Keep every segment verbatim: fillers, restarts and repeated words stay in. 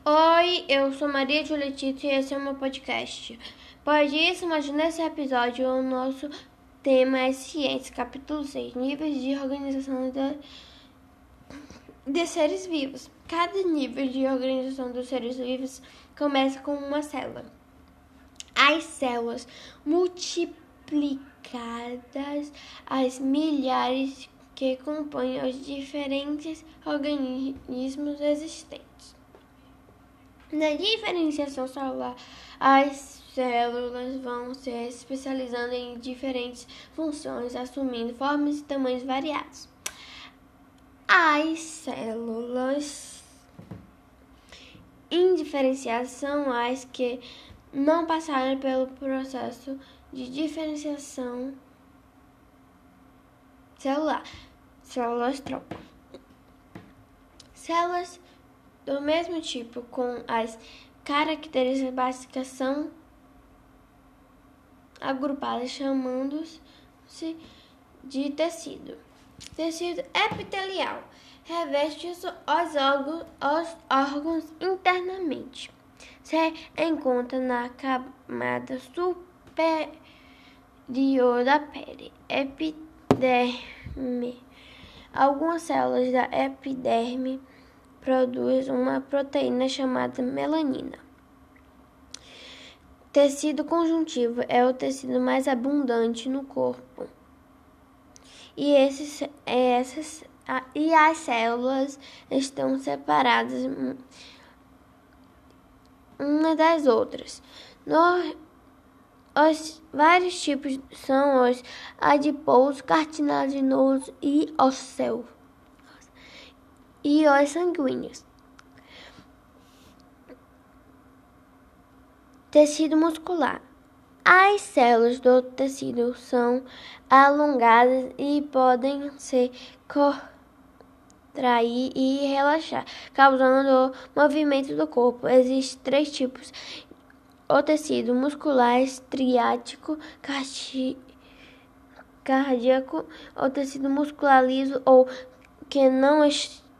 Oi, eu sou Maria Julietito e esse é o meu podcast. Pode isso, mas nesse episódio o nosso tema é ciência, capítulo seis, níveis de organização de, de seres vivos. Cada nível de organização dos seres vivos começa com uma célula. As células multiplicadas, as milhares que compõem os diferentes organismos existentes. Na diferenciação celular, as células vão se especializando em diferentes funções, assumindo formas e tamanhos variados. As células em diferenciação, as que não passaram pelo processo de diferenciação celular, células-tronco. Células do mesmo tipo, com as características básicas, são agrupadas chamando-se de tecido. Tecido epitelial reveste os órgãos, os órgãos internamente. Se encontra na camada superior da pele, epiderme. Algumas células da epiderme produz uma proteína chamada melanina. Tecido conjuntivo é o tecido mais abundante no corpo. E, esses, essas, e as células estão separadas uma das outras. No, os vários tipos são os adiposos, cartilaginosos e ósseos. E os sanguíneos. Tecido muscular. As células do tecido são alongadas e podem se contrair e relaxar, causando o movimento do corpo. Existem três tipos: o tecido muscular estriático, cardíaco, o tecido muscular liso ou que não é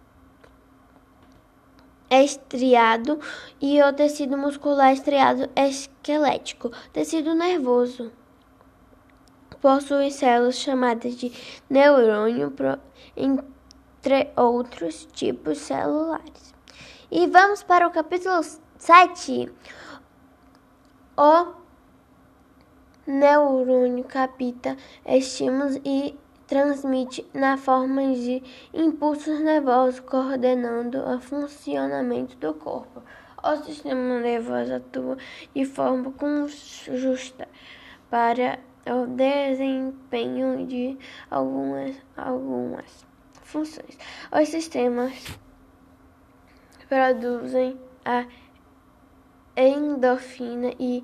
estriado e o tecido muscular estriado esquelético. Tecido nervoso possui células chamadas de neurônio, entre outros tipos celulares. E vamos para o capítulo sete. O neurônio capta estímulos e transmite na forma de impulsos nervosos, coordenando o funcionamento do corpo. O sistema nervoso atua de forma justa para o desempenho de algumas, algumas funções. Os sistemas produzem a endorfina e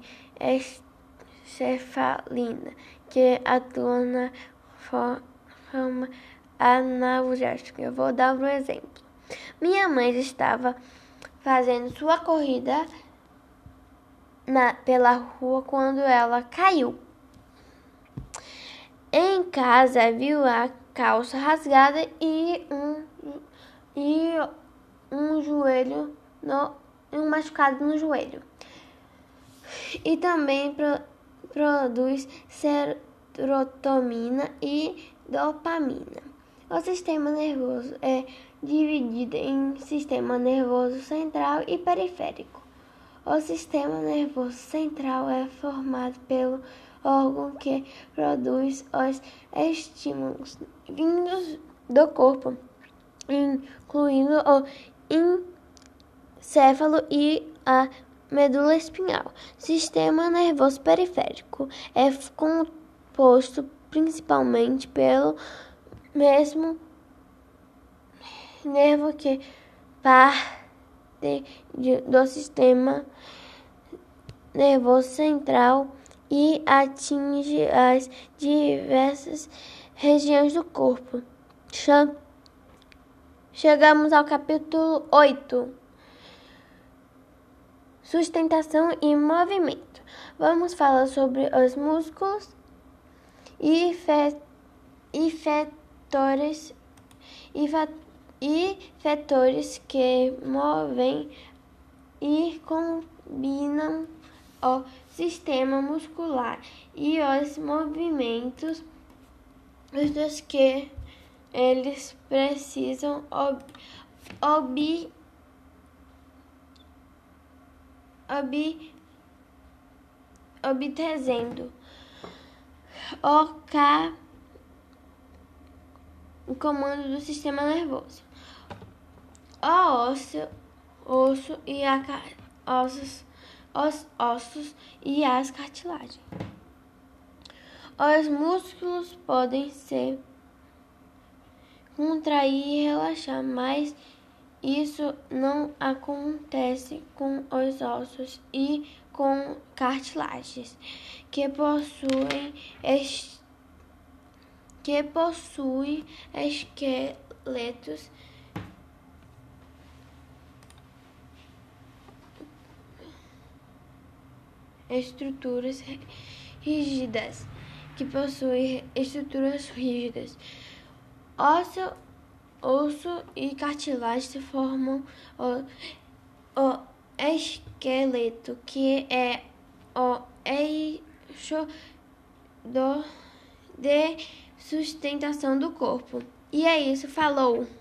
encefalina, que atuam na forma analgésica. Eu vou dar um exemplo. Minha mãe estava fazendo sua corrida na, pela rua quando ela caiu. Em casa, viu a calça rasgada e um, e um joelho, no, um machucado no joelho. E também pro, produz serotonina e dopamina. O sistema nervoso é dividido em sistema nervoso central e periférico. O sistema nervoso central é formado pelo órgão que produz os estímulos vindos do corpo, incluindo o encéfalo e a medula espinhal. Sistema nervoso periférico é composto principalmente pelo mesmo nervo que parte do sistema nervoso central e atinge as diversas regiões do corpo. Chegamos ao capítulo oito. Sustentação e movimento. Vamos falar sobre os músculos e fatores e, e fatores que movem e combinam o sistema muscular e os movimentos dos que eles precisam ob, ob, ob, obtendo o, ca, o comando do sistema nervoso. O osso, osso e a ossos, os ossos e as cartilagens. Os músculos podem se contrair e relaxar, mas isso não acontece com os ossos e com cartilagens que possuem que possuem esqueletos estruturas rígidas que possuem estruturas rígidas. Osso, osso e cartilagem formam o, o esqueleto, que é o eixo do, de sustentação do corpo. E é isso, falou!